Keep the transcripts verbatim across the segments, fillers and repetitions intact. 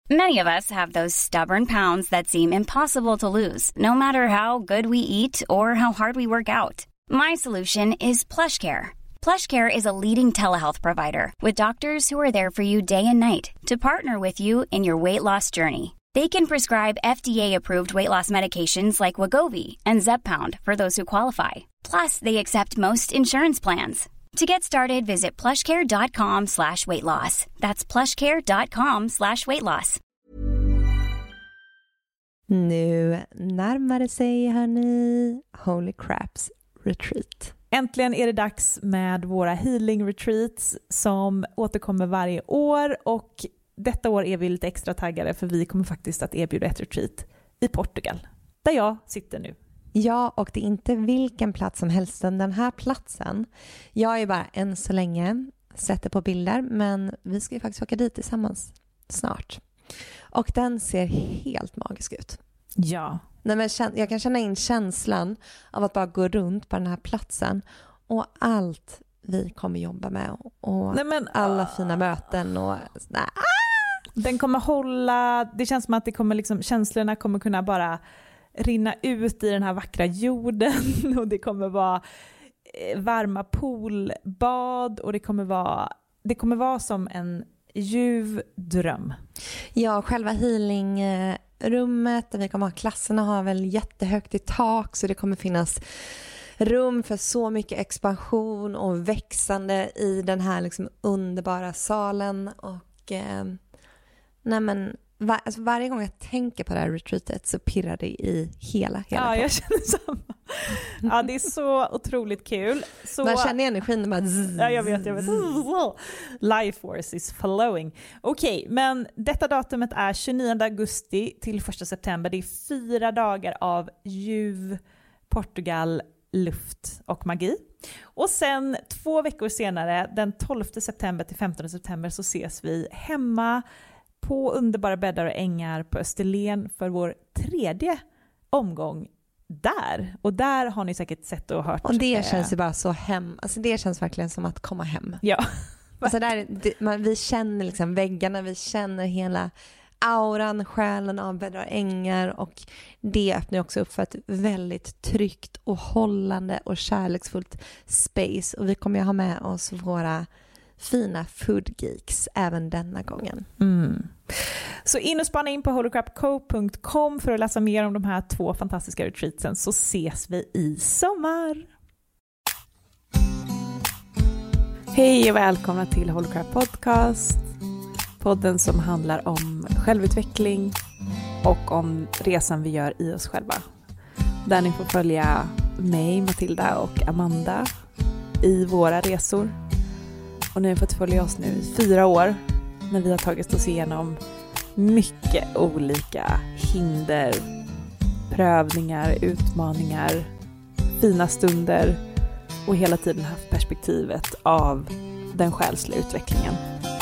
Many of us have those stubborn pounds that seem impossible to lose, no matter how good we eat or how hard we work out. My solution is PlushCare. PlushCare is a leading telehealth provider with doctors who are there for you day and night to partner with you in your weight loss journey. They can prescribe F D A-approved weight loss medications like Wegovy and Zepbound for those who qualify. Plus, they accept most insurance plans. To get started, visit plushcare.com slash weight loss. That's plushcare.com slash weight loss. Nu närmar det sig, hörni, Holy Craps Retreat. Äntligen är det dags med våra healing retreats som återkommer varje år, och detta år är vi lite extra taggade för vi kommer faktiskt att erbjuda ett retreat i Portugal, där jag sitter nu. Ja, och det är inte vilken plats som helst. Den här platsen, jag är bara än så länge sätter på bilder, men vi ska ju faktiskt åka dit tillsammans snart. Och den ser helt magisk ut. Ja. Nej, men jag kan känna in känslan av att bara gå runt på den här platsen och allt vi kommer jobba med och Nej, men, alla uh... fina möten och nej. Den kommer hålla, det känns som att det kommer liksom, känslorna kommer kunna bara rinna ut i den här vackra jorden, och det kommer vara varma poolbad, och det kommer vara det kommer vara som en ljuv dröm. Ja, själva healingrummet där vi kommer ha klasserna har väl jättehögt i tak, så det kommer finnas rum för så mycket expansion och växande i den här liksom underbara salen. Och eh, nej men var, alltså varje gång jag tänker på det här retreatet så pirrar det i hela hela Ja, jag känner samma. Ja, det är så otroligt kul. Så... Man känner energin bara zzz, ja, jag vet, jag vet. Life force is flowing. Okej, okay, men detta datumet är tjugonionde augusti till första september. Det är fyra dagar av ljuv Portugal, luft och magi. Och sen två veckor senare, den tolfte september till femtonde september, så ses vi hemma på underbara bäddar och ängar på Österlen för vår tredje omgång där. Och där har ni säkert sett och hört. Och det känns ju bara så hem. Alltså det känns verkligen som att komma hem. Ja. Alltså där, det, man, vi känner liksom väggarna, vi känner hela auran, själen av bäddar och ängar, och det öppnar också upp för ett väldigt tryggt och hållande och kärleksfullt space. Och vi kommer ju ha med oss våra fina food geeks även denna gången. Mm. Så in och spana in på holy crap co punkt com för att läsa mer om de här två fantastiska retreatsen, så ses vi i sommar. Hej och välkomna till Holy Crap Podcast. Podden som handlar om självutveckling och om resan vi gör i oss själva. Där ni får följa mig, Matilda och Amanda i våra resor. Och ni har fått följa oss nu i fyra år när vi har tagit oss igenom mycket olika hinder, prövningar, utmaningar, fina stunder och hela tiden haft perspektivet av den själsliga utvecklingen.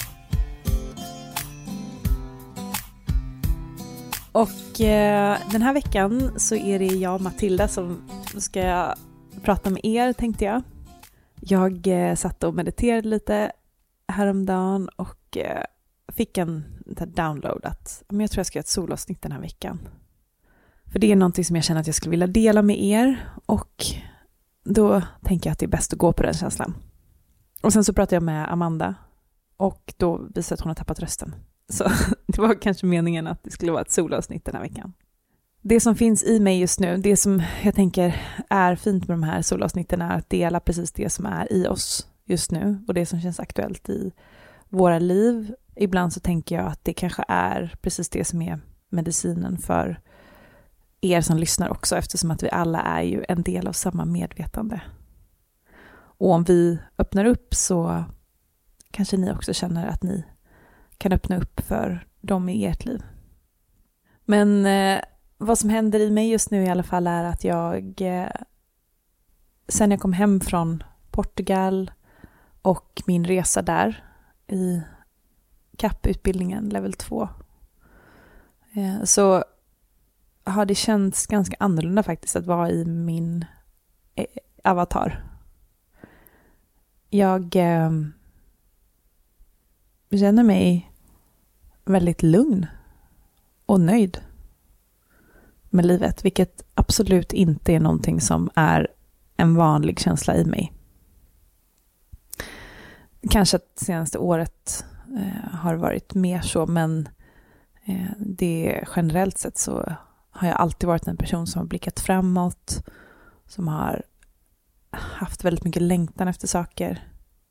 Och eh, den här veckan så är det jag och Matilda som ska prata med er, tänkte jag. Jag eh, satt och mediterade lite häromdagen och eh, fick en download att men jag tror jag ska göra ett solavsnitt den här veckan. För det är någonting som jag känner att jag skulle vilja dela med er, och då tänker jag att det är bäst att gå på den känslan. Och sen så pratade jag med Amanda, och då visade att hon har tappat rösten. Så det var kanske meningen att det skulle vara ett solavsnitt den här veckan. Det som finns i mig just nu, det som jag tänker är fint med de här solavsnitten, är att dela precis det som är i oss just nu och det som känns aktuellt i våra liv. Ibland så tänker jag att det kanske är precis det som är medicinen för er som lyssnar också, eftersom att vi alla är ju en del av samma medvetande. Och om vi öppnar upp så kanske ni också känner att ni kan öppna upp för dem i ert liv. Men eh, vad som händer i mig just nu i alla fall är att jag eh, sen jag kom hem från Portugal och min resa där i C A P-utbildningen level två eh, så har det känts ganska annorlunda faktiskt att vara i min eh, avatar. Jag eh, känner mig väldigt lugn och nöjd med livet, vilket absolut inte är någonting som är en vanlig känsla i mig. Kanske att senaste året eh, har varit mer så, men eh, det generellt sett så har jag alltid varit en person som har blickat framåt, som har haft väldigt mycket längtan efter saker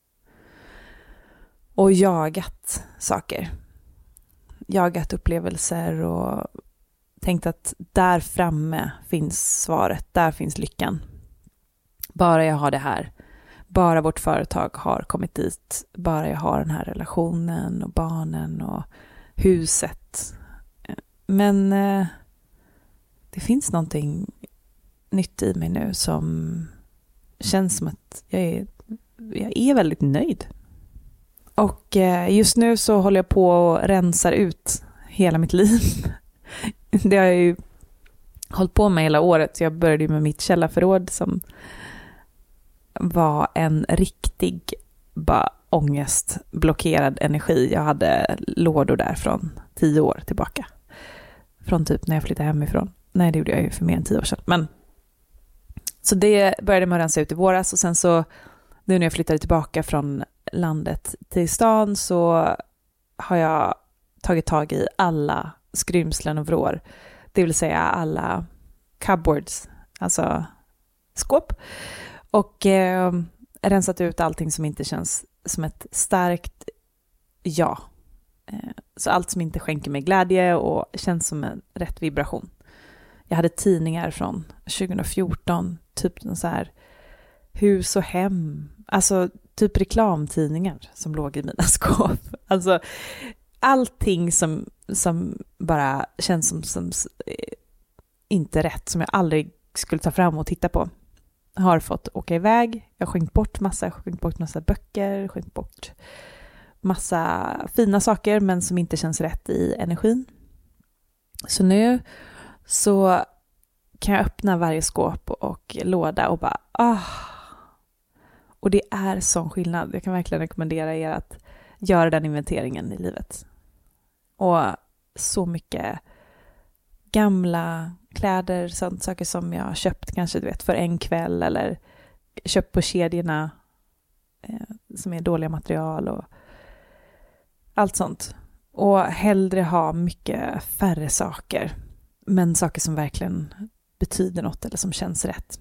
och jagat saker. Jagat upplevelser och tänkt att där framme finns svaret, där finns lyckan. Bara jag har det här, bara vårt företag har kommit dit, bara jag har den här relationen och barnen och huset. Men eh, det finns någonting nytt i mig nu som känns som att jag är, jag är väldigt nöjd. Och eh, just nu så håller jag på och rensar ut hela mitt liv. Det har jag ju hållit på med hela året. Så jag började ju med mitt källarförråd som var en riktig bara ångest, blockerad energi. Jag hade lådor där från tio år tillbaka. Från typ när jag flyttade hemifrån. Nej, det gjorde jag ju för mer än tio år sedan. Men, så det började med att rensa ut i våras. Och sen så, nu när jag flyttade tillbaka från landet till stan, så har jag tagit tag i alla skrymslen och vrår. Det vill säga alla cupboards, alltså skåp. Och eh, rensat ut allting som inte känns som ett starkt ja. Eh, så allt som inte skänker mig glädje och känns som en rätt vibration. Jag hade tidningar från tjugo fjorton, typ så här hus och hem. Alltså typ reklamtidningar som låg i mina skåp. Alltså allting som, som bara känns som, som inte rätt, som jag aldrig skulle ta fram och titta på, har fått åka iväg. Jag har skänkt bort massa, skänkt bort massa böcker, skänkt bort massa fina saker, men som inte känns rätt i energin. Så nu så kan jag öppna varje skåp och låda och bara ah. Och det är sån skillnad. Jag kan verkligen rekommendera er att göra den inventeringen i livet. Och så mycket gamla kläder, sånt, saker som jag har köpt kanske du vet för en kväll eller köpt på kedjorna eh, som är dåliga material och allt sånt. Och hellre ha mycket färre saker, men saker som verkligen betyder något eller som känns rätt.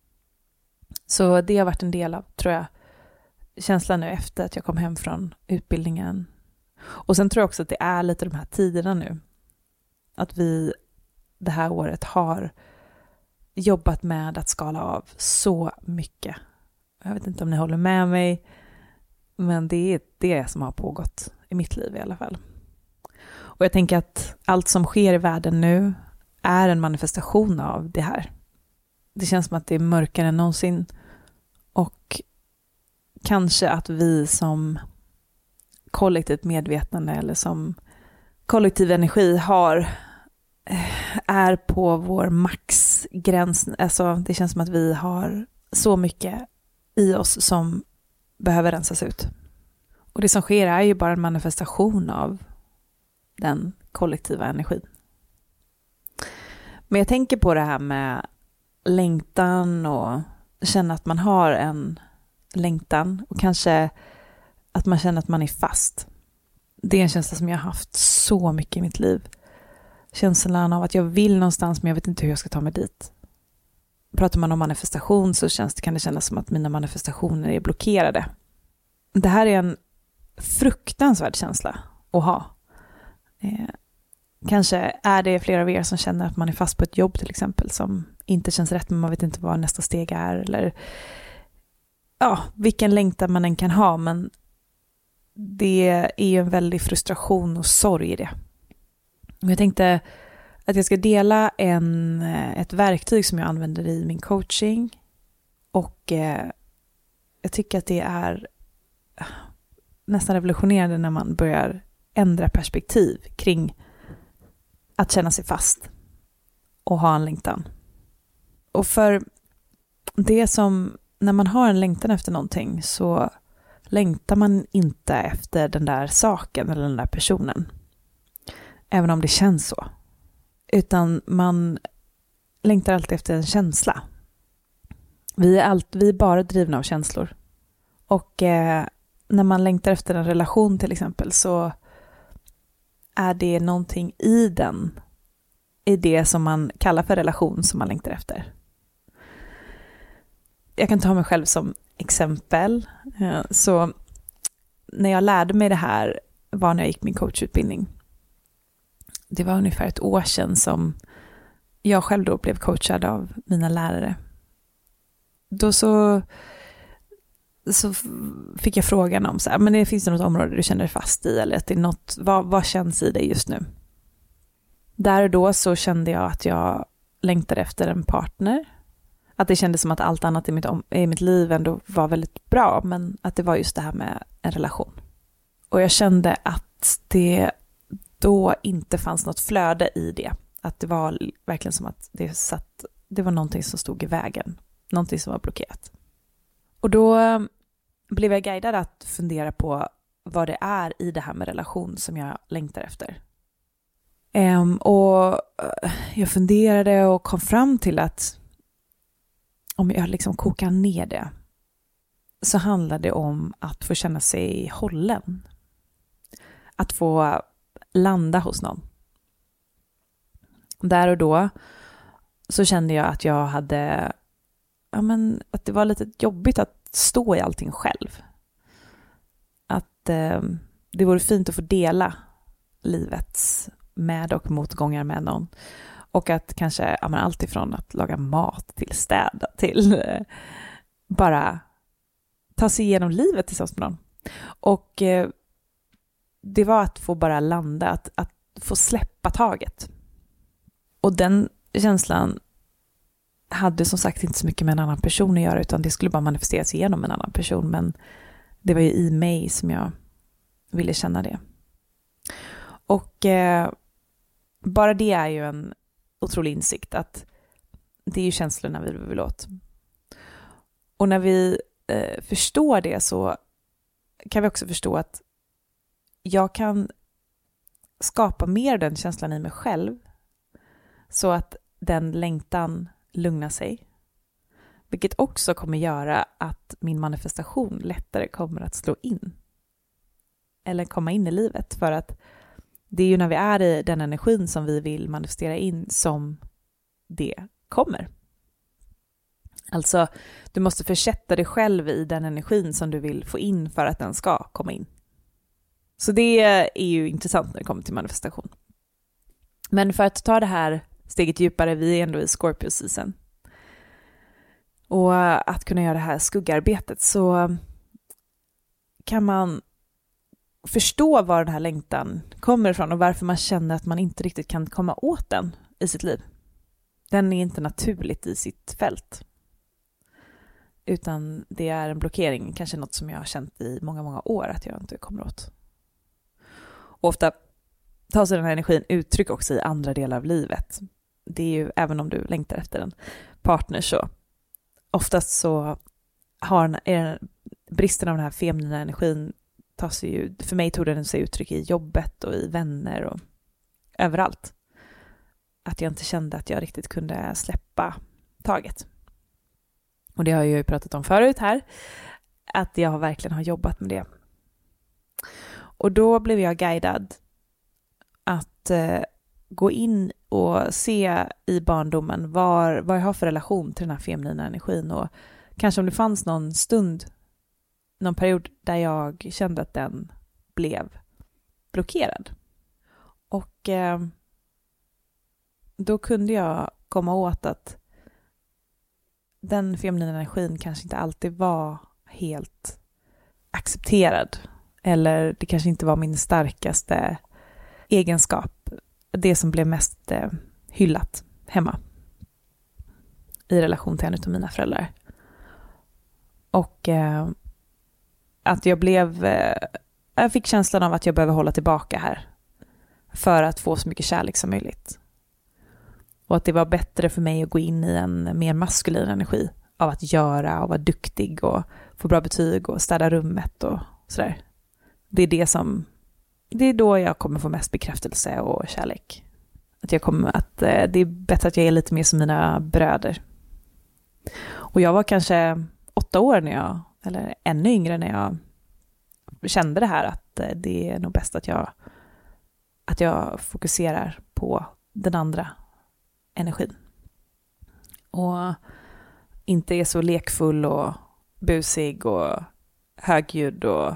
Så det har varit en del av, tror jag, känslan nu efter att jag kom hem från utbildningen. Och sen tror jag också att det är lite de här tiderna nu. Att vi det här året har jobbat med att skala av så mycket. Jag vet inte om ni håller med mig, men det är det som har pågått i mitt liv i alla fall. Och jag tänker att allt som sker i världen nu är en manifestation av det här. Det känns som att det är mörkare än någonsin. Och kanske att vi som kollektivt medvetande eller som kollektiv energi har är på vår maxgräns. Alltså det känns som att vi har så mycket i oss som behöver rensas ut. Och det som sker är ju bara en manifestation av den kollektiva energin. Men jag tänker på det här med längtan och känna att man har en längtan och kanske att man känner att man är fast. Det är en känsla som jag har haft så mycket i mitt liv. Känslan av att jag vill någonstans men jag vet inte hur jag ska ta mig dit. Pratar man om manifestation så känns det, kan det kännas som att mina manifestationer är blockerade. Det här är en fruktansvärd känsla att ha. Eh, kanske är det flera av er som känner att man är fast på ett jobb till exempel som inte känns rätt, men man vet inte vad nästa steg är eller ja, vilken längtan man än kan ha, men det är ju en väldig frustration och sorg i det. Jag tänkte att jag ska dela en, ett verktyg som jag använder i min coaching och eh, jag tycker att det är nästan revolutionerande när man börjar ändra perspektiv kring att känna sig fast och ha en längtan. Och för det som, när man har en längtan efter någonting så längtar man inte efter den där saken eller den där personen. Även om det känns så. Utan man längtar alltid efter en känsla. Vi är, allt, vi är bara drivna av känslor. Och eh, när man längtar efter en relation till exempel så är det någonting i den, i det som man kallar för relation som man längtar efter. Jag kan ta mig själv som exempel. Så när jag lärde mig det här var när jag gick min coachutbildning. Det var ungefär ett år sedan som jag själv då blev coachad av mina lärare. Då så, så fick jag frågan om så här, men det finns det något område du känner dig fast i eller att det är något, vad, vad känns i dig just nu? Där och då så kände jag att jag längtade efter en partner. Att det kändes som att allt annat i mitt, i mitt liv ändå var väldigt bra, men att det var just det här med en relation. Och jag kände att det då inte fanns något flöde i det. Att det var verkligen som att det, satt, det var någonting som stod i vägen. Någonting som var blockerat. Och då blev jag guidad att fundera på vad det är i det här med relation som jag längtar efter. Um, och jag funderade och kom fram till att om jag liksom kokar ner det så handlar det om att få känna sig hållen. Att få landa hos någon. Där och då så kände jag att jag hade, ja men, att det var lite jobbigt att stå i allting själv. Att eh, det vore fint att få dela livets med- och motgångar med någon. Och att kanske, ja men, allt ifrån att laga mat till städa till eh, bara ta sig igenom livet tillsammans med någon. Och eh, det var att få bara landa, att, att få släppa taget. Och den känslan hade som sagt inte så mycket med en annan person att göra, utan det skulle bara manifesteras igenom en annan person. Men det var ju i mig som jag ville känna det. Och eh, bara det är ju en otrolig insikt, att det är ju känslorna vi vill åt. Och när vi eh, förstår det så kan vi också förstå att jag kan skapa mer den känslan i mig själv så att den längtan lugnar sig. Vilket också kommer göra att min manifestation lättare kommer att slå in. Eller komma in i livet. För att det är ju när vi är i den energin som vi vill manifestera in som det kommer. Alltså, du måste försätta dig själv i den energin som du vill få in för att den ska komma in. Så det är ju intressant när det kommer till manifestation. Men för att ta det här steget djupare, vi är ändå i Scorpio season. Och att kunna göra det här skuggarbetet, så kan man förstå var den här längtan kommer ifrån och varför man känner att man inte riktigt kan komma åt den i sitt liv. Den är inte naturligt i sitt fält. Utan det är en blockering, kanske något som jag har känt i många, många år att jag inte kommer åt. Och ofta tar sig den här energin uttryck också i andra delar av livet. Det är ju, även om du längtar efter en partner, så oftast så har är bristen av den här feminina energin tar sig ju, för mig tog den sig uttryck i jobbet och i vänner och överallt. Att jag inte kände att jag riktigt kunde släppa taget. Och det har jag ju pratat om förut här, att jag verkligen har jobbat med det. Och då blev jag guidad att eh, gå in och se i barndomen var, vad jag har för relation till den här feminina energin. Och kanske om det fanns någon stund, någon period där jag kände att den blev blockerad. Och eh, då kunde jag komma åt att den feminina energin kanske inte alltid var helt accepterad. Eller det kanske inte var min starkaste egenskap. Det som blev mest eh, hyllat hemma. I relation till en av mina föräldrar. Och eh, att jag blev... Eh, jag fick känslan av att jag behöver hålla tillbaka här. För att få så mycket kärlek som möjligt. Och att det var bättre för mig att gå in i en mer maskulin energi. Av att göra och vara duktig och få bra betyg och städa rummet och sådär. Det är det som... Det är då jag kommer få mest bekräftelse och kärlek. Att, jag kommer, att eh, det är bättre att jag är lite mer som mina bröder. Och jag var kanske åtta år när jag, eller ännu yngre när jag kände det här, att eh, det är nog bäst att jag, att jag fokuserar på den andra energin. Och inte är så lekfull och busig och högljudd och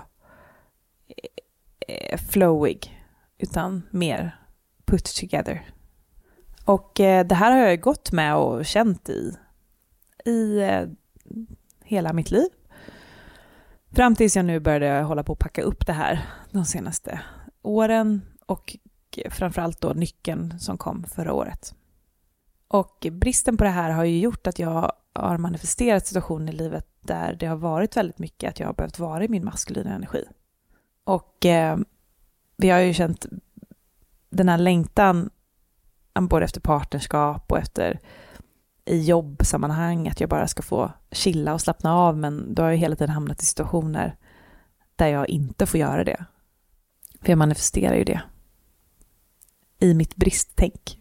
flowig, utan mer put together. Och eh, det här har jag gått med och känt i i eh, hela mitt liv. Fram tills jag nu började hålla på att packa upp det här de senaste åren, och framförallt då nyckeln som kom förra året. Och bristen på det här har ju gjort att jag har manifesterat situationer i livet där det har varit väldigt mycket att jag har behövt vara i min maskulina energi. Och eh, vi har ju känt den här längtan både efter partnerskap och efter i jobbsammanhang, att jag bara ska få chilla och slappna av, men då har jag hela tiden hamnat i situationer där jag inte får göra det. För jag manifesterar ju det i mitt bristtänk.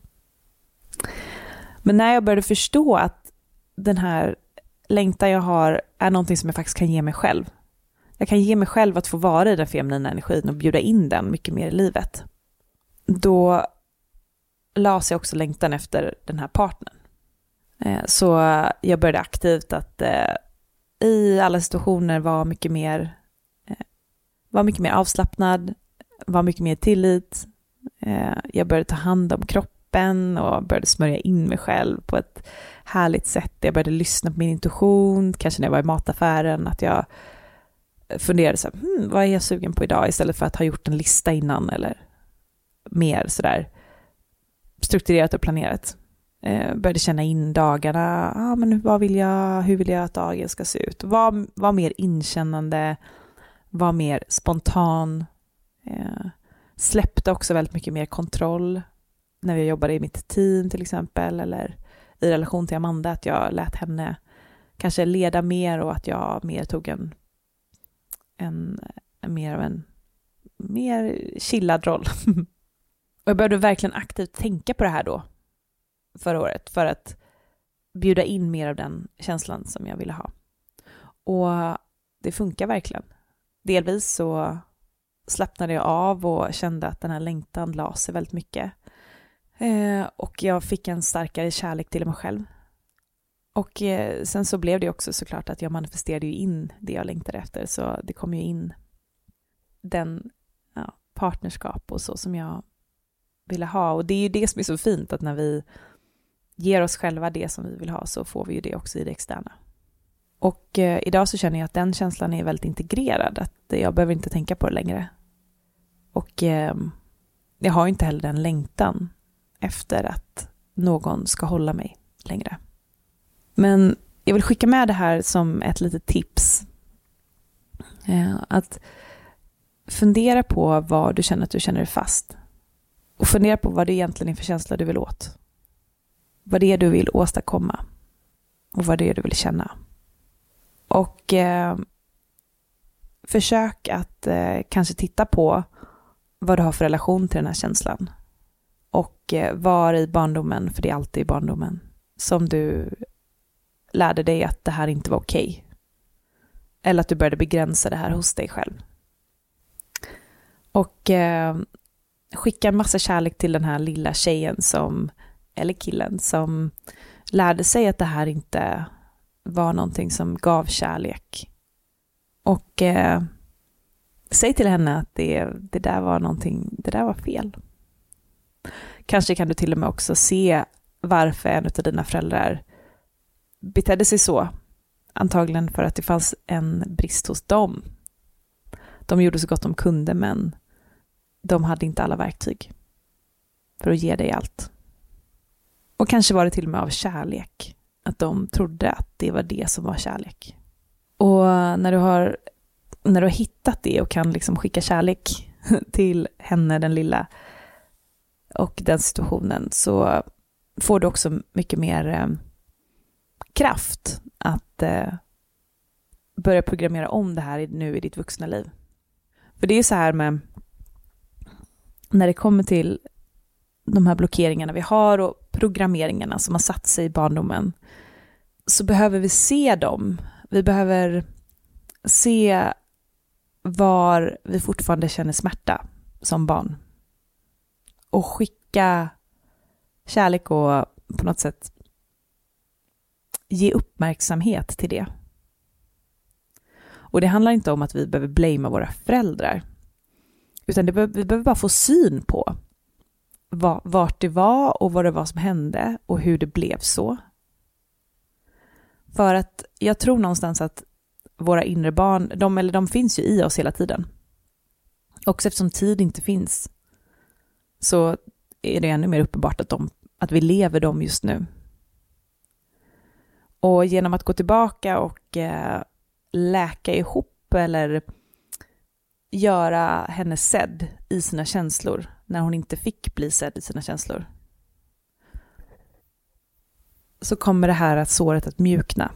Men när jag började förstå att den här längtan jag har är någonting som jag faktiskt kan ge mig själv. Jag kan ge mig själv att få vara i den feminina energin och bjuda in den mycket mer i livet. Då las jag också längtan efter den här partnern. Så jag började aktivt att i alla situationer vara mycket mer, var mycket mer avslappnad, var mycket mer tillit. Jag började ta hand om kroppen och började smörja in mig själv på ett härligt sätt. Jag började lyssna på min intuition, kanske när jag var i mataffären, att jag funderade så här, hmm, vad är jag sugen på idag, istället för att ha gjort en lista innan eller mer sådär strukturerat och planerat. Eh, började känna in dagarna, ah, men vad vill jag, hur vill jag att dagen ska se ut? Var, var mer inkännande, var mer spontan. Eh, släppte också väldigt mycket mer kontroll när jag jobbade i mitt team till exempel, eller i relation till Amanda, att jag lät henne kanske leda mer och att jag mer tog en, en, en mer av en mer chillad roll. Och jag började verkligen aktivt tänka på det här då förra året för att bjuda in mer av den känslan som jag ville ha. Och det funkar verkligen. Delvis så slappnade jag av och kände att den här längtan la sig väldigt mycket. Eh, och jag fick en starkare kärlek till mig själv. Och eh, sen så blev det också såklart att jag manifesterade ju in det jag längtade efter. Så det kom ju in den ja, partnerskap och så som jag ville ha. Och det är ju det som är så fint, att när vi ger oss själva det som vi vill ha så får vi ju det också i det externa. Och eh, idag så känner jag att den känslan är väldigt integrerad, att jag behöver inte tänka på det längre. Och eh, jag har inte heller den längtan efter att någon ska hålla mig längre. Men jag vill skicka med det här som ett litet tips. Eh, att fundera på vad du känner att du känner dig fast. Och fundera på vad det egentligen är för känsla du vill åt. Vad det är du vill åstadkomma. Och vad det är du vill känna. Och eh, försök att eh, kanske titta på vad du har för relation till den här känslan. Och eh, var i barndomen, för det är alltid i barndomen, som du lärde dig att det här inte var okej. Eller att du började begränsa det här hos dig själv. Och eh, skicka en massa kärlek till den här lilla tjejen som, eller killen som lärde sig att det här inte var någonting som gav kärlek. Och eh, säg till henne att det, det där var någonting, det där var fel. Kanske kan du till och med också se varför en av dina föräldrar betedde sig så. Antagligen för att det fanns en brist hos dem. De gjorde så gott de kunde, men de hade inte alla verktyg för att ge dig allt. Och kanske var det till och med av kärlek. Att de trodde att det var det som var kärlek. Och när du har, när du har hittat det och kan liksom skicka kärlek till henne, den lilla, och den situationen, så får du också mycket mer eh, kraft att eh, börja programmera om det här nu i ditt vuxna liv. För det är så här med, när det kommer till de här blockeringarna vi har och programmeringarna som har satt sig i barndomen, så behöver vi se dem. Vi behöver se var vi fortfarande känner smärta som barn. Och skicka kärlek och på något sätt ge uppmärksamhet till det. Och det handlar inte om att vi behöver blamea våra föräldrar. Utan det be- vi behöver bara få syn på vad, vart det var och vad det var som hände och hur det blev så. För att jag tror någonstans att våra inre barn, de, eller de finns ju i oss hela tiden. Också eftersom tid inte finns, så är det ännu mer uppenbart att, de, att vi lever dem just nu. Och genom att gå tillbaka och eh, läka ihop eller göra henne sedd i sina känslor när hon inte fick bli sedd i sina känslor, så kommer det här att såret att mjukna.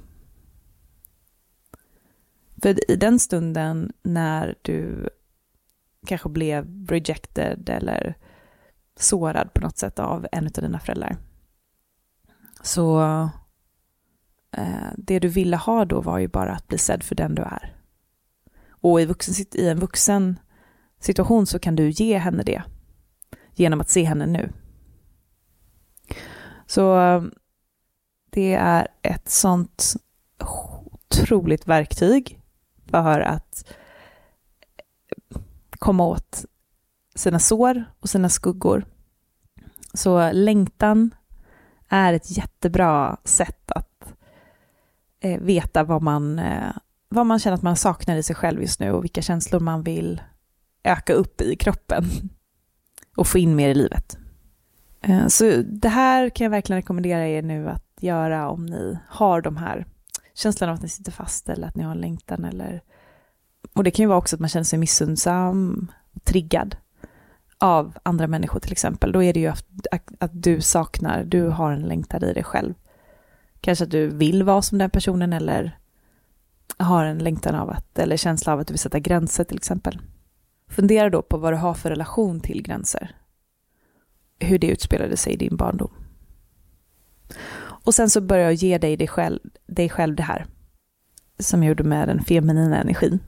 För i den stunden när du kanske blev rejected eller sårad på något sätt av en av dina föräldrar, så eh, det du ville ha då var ju bara att bli sedd för den du är. Och i, vuxen, i en vuxen situation så kan du ge henne det genom att se henne nu. Så det är ett sånt otroligt verktyg för att komma åt sina sår och sina skuggor. Så längtan är ett jättebra sätt att eh, veta vad man, eh, vad man känner att man saknar i sig själv just nu och vilka känslor man vill öka upp i kroppen och få in mer i livet. Eh, så det här kan jag verkligen rekommendera er nu att göra om ni har de här känslorna av att ni sitter fast eller att ni har en längtan. Eller... Och det kan ju vara också att man känner sig missundsam, triggad av andra människor till exempel. Då är det ju att, att du saknar, du har en längtan i dig själv. Kanske att du vill vara som den personen eller har en längtan av att, eller känsla av att du vill sätta gränser till exempel. Fundera då på vad du har för relation till gränser. Hur det utspelade sig i din barndom. Och sen så börjar jag ge dig, dig, själv, dig själv det här. Som jag gjorde med den feminina energin.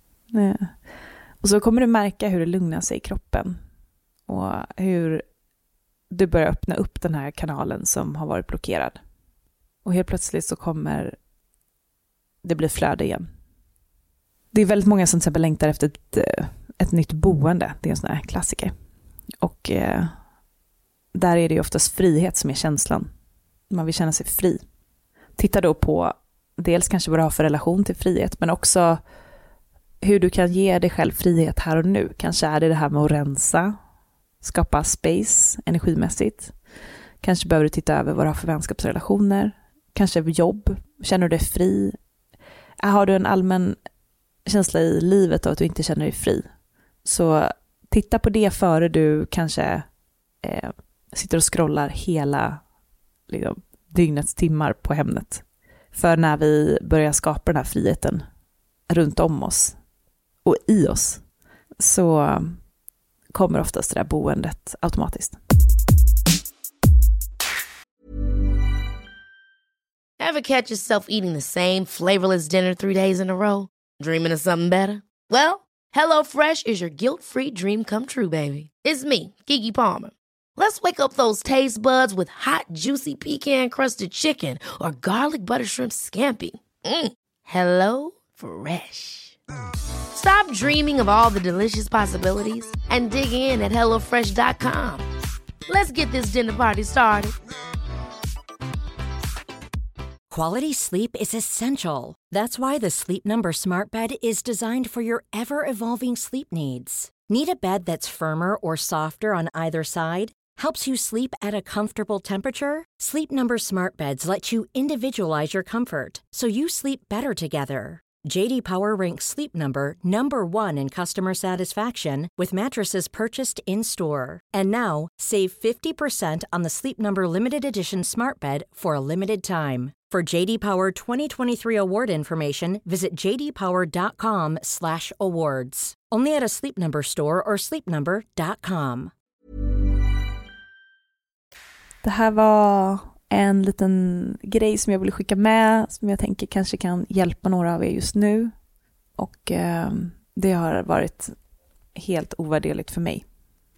Och så kommer du märka hur det lugnar sig i kroppen. Och hur du börjar öppna upp den här kanalen som har varit blockerad. Och helt plötsligt så kommer det bli flöde igen. Det är väldigt många som till exempel längtar efter ett, ett nytt boende. Det är en sån här klassiker. Och eh, där är det ju oftast frihet som är känslan. Man vill känna sig fri. Titta då på dels kanske vad du har för relation till frihet, men också hur du kan ge dig själv frihet här och nu. Kanske är det det här med att rensa, skapa space energimässigt. Kanske behöver du titta över vad du har för vänskapsrelationer. Kanske jobb. Känner du dig fri? Har du en allmän känsla i livet av att du inte känner dig fri? Så titta på det före du kanske eh, sitter och scrollar hela liksom, dygnets timmar på Hemnet. För när vi börjar skapa den här friheten runt om oss och i oss, så kommer oftast det där boendet automatiskt. Ever catch yourself eating the same flavorless dinner three days in a row? Dreaming of something better? Well, HelloFresh is your guilt-free dream come true, baby. It's me, Keke Palmer. Let's wake up those taste buds with hot, juicy pecan-crusted chicken or garlic butter shrimp scampi. Mm. Hello Fresh. Stop dreaming of all the delicious possibilities and dig in at hello fresh dot com. Let's get this dinner party started. Quality sleep is essential. That's why the Sleep Number Smart Bed is designed for your ever-evolving sleep needs. Need a bed that's firmer or softer on either side? Helps you sleep at a comfortable temperature? Sleep Number Smart Beds let you individualize your comfort, so you sleep better together. J D Power ranks Sleep Number number one in customer satisfaction with mattresses purchased in-store. And now, save fifty percent on the Sleep Number Limited Edition Smart Bed for a limited time. For J D Power twenty twenty-three award information, visit j d power dot com slash awards. Only at a Sleep Number store or sleep number dot com. det här var en liten grej som jag vill skicka med, som jag tänker kanske kan hjälpa några av er just nu. Och eh, det har varit helt ovärderligt för mig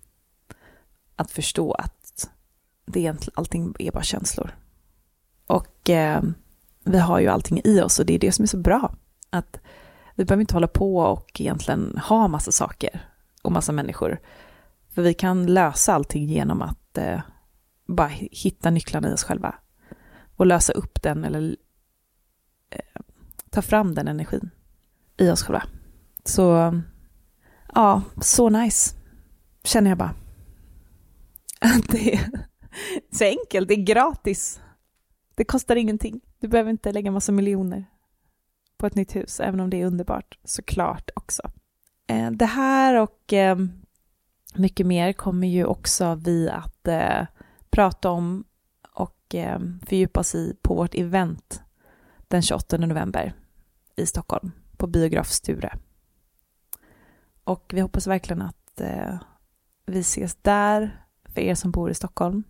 att förstå att det egentligen, allting är bara känslor. Och eh, vi har ju allting i oss, och det är det som är så bra. Att vi behöver inte hålla på och egentligen ha massa saker och massa människor. För vi kan lösa allting genom att eh, bara hitta nycklarna i oss själva. Och lösa upp den eller eh, ta fram den energin i oss själva. Så ja, så nice. Känner jag bara. Det är så enkelt, det är gratis. Det kostar ingenting. Du behöver inte lägga massa miljoner på ett nytt hus, även om det är underbart, såklart också. Eh, det här och eh, mycket mer kommer ju också vi att eh, prata om och eh, fördjupa oss i på vårt event den tjugoåttonde november i Stockholm på Biograf Sture. Och vi hoppas verkligen att eh, vi ses där för er som bor i Stockholm.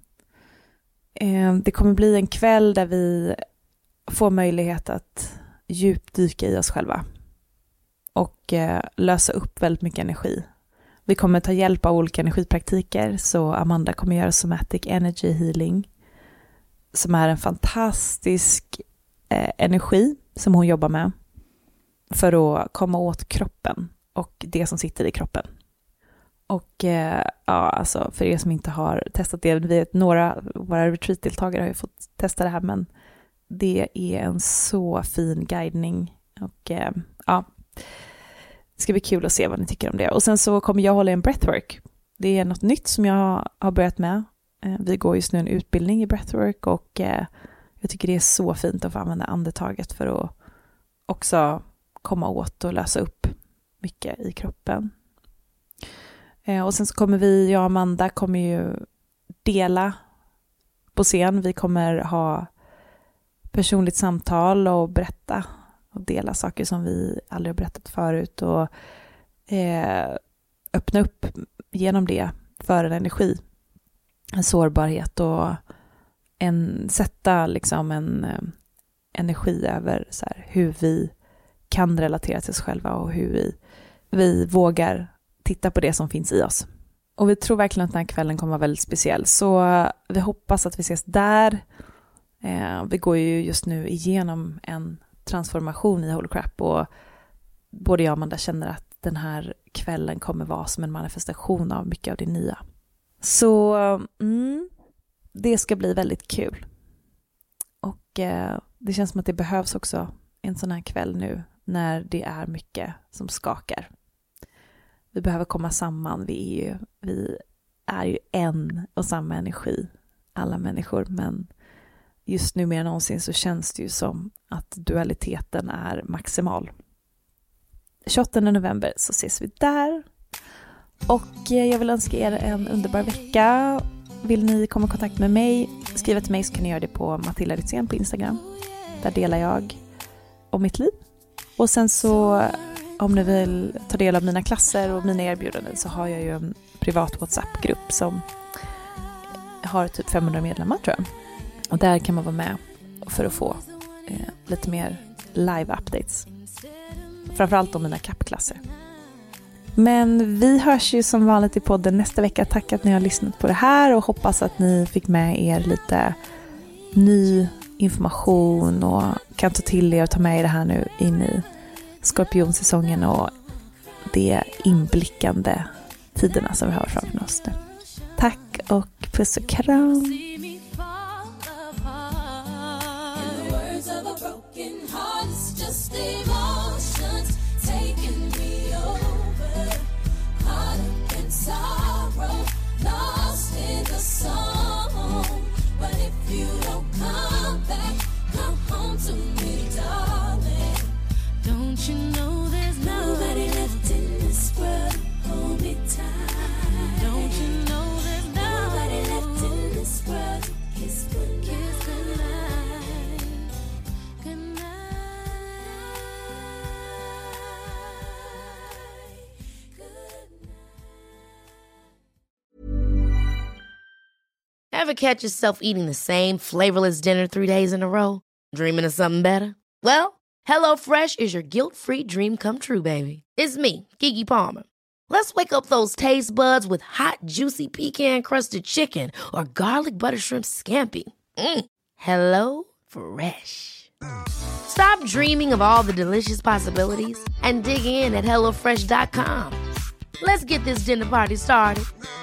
Eh, det kommer bli en kväll där vi får möjlighet att djupdyka i oss själva och eh, lösa upp väldigt mycket energi. Vi kommer ta hjälp av olika energipraktiker, så Amanda kommer göra somatic energy healing, som är en fantastisk eh, energi som hon jobbar med för att komma åt kroppen och det som sitter i kroppen. Och eh, ja, alltså för er som inte har testat det, vi vet, några av våra retreat-deltagare har ju fått testa det här, men det är en så fin guidning och eh, ja, det ska bli kul att se vad ni tycker om det. Och sen så kommer jag hålla en breathwork. Det är något nytt som jag har börjat med. Eh, vi går just nu en utbildning i breathwork, och eh, jag tycker det är så fint att få använda andetaget för att också komma åt och lösa upp mycket i kroppen. Eh, och sen så kommer vi, jag och Amanda kommer ju dela på scen. Vi kommer ha personligt samtal och berätta och dela saker som vi aldrig har berättat förut, och eh, öppna upp genom det för en energi, en sårbarhet, och en, sätta liksom en eh, energi över så här, hur vi kan relatera till oss själva och hur vi, vi vågar titta på det som finns i oss. Och vi tror verkligen att den här kvällen kommer vara väldigt speciell, så vi hoppas att vi ses där. Eh, vi går ju just nu igenom en transformation i Holy Crap, och både jag och Amanda känner att den här kvällen kommer vara som en manifestation av mycket av det nya. Så mm, det ska bli väldigt kul. Och eh, det känns som att det behövs också en sån här kväll nu när det är mycket som skakar. Vi behöver komma samman. Vi är ju, vi är ju en och samma energi, alla människor, men just nu mer än någonsin så känns det ju som att dualiteten är maximal. tjugoåttonde november så ses vi där. Och jag vill önska er en underbar vecka. Vill ni komma i kontakt med mig, skriv till mig, så kan ni göra det på Matilda Ritzén på Instagram. Där delar jag om mitt liv. Och sen så om ni vill ta del av mina klasser och mina erbjudanden, så har jag ju en privat WhatsApp-grupp som har typ femhundra medlemmar, tror jag. Och där kan man vara med för att få eh, lite mer live-updates. Framförallt om mina kappklasser. Men vi hörs ju som vanligt i podden nästa vecka. Tack att ni har lyssnat på det här, och hoppas att ni fick med er lite ny information och kan ta till er och ta med er det här nu in i skorpionsäsongen och de inblickande tiderna som vi har framför oss nu. Tack och puss och kram! Don't you know there's nobody left in this world? Hold me tight. Don't you know there's nobody left in this world? Ever catch yourself eating the same flavorless dinner three days in a row? Dreaming of something better? Well, HelloFresh is your guilt-free dream come true, baby. It's me, Keke Palmer. Let's wake up those taste buds with hot, juicy pecan-crusted chicken or garlic butter shrimp scampi. Mm. Hello Fresh. Stop dreaming of all the delicious possibilities and dig in at hello fresh dot com. Let's get this dinner party started.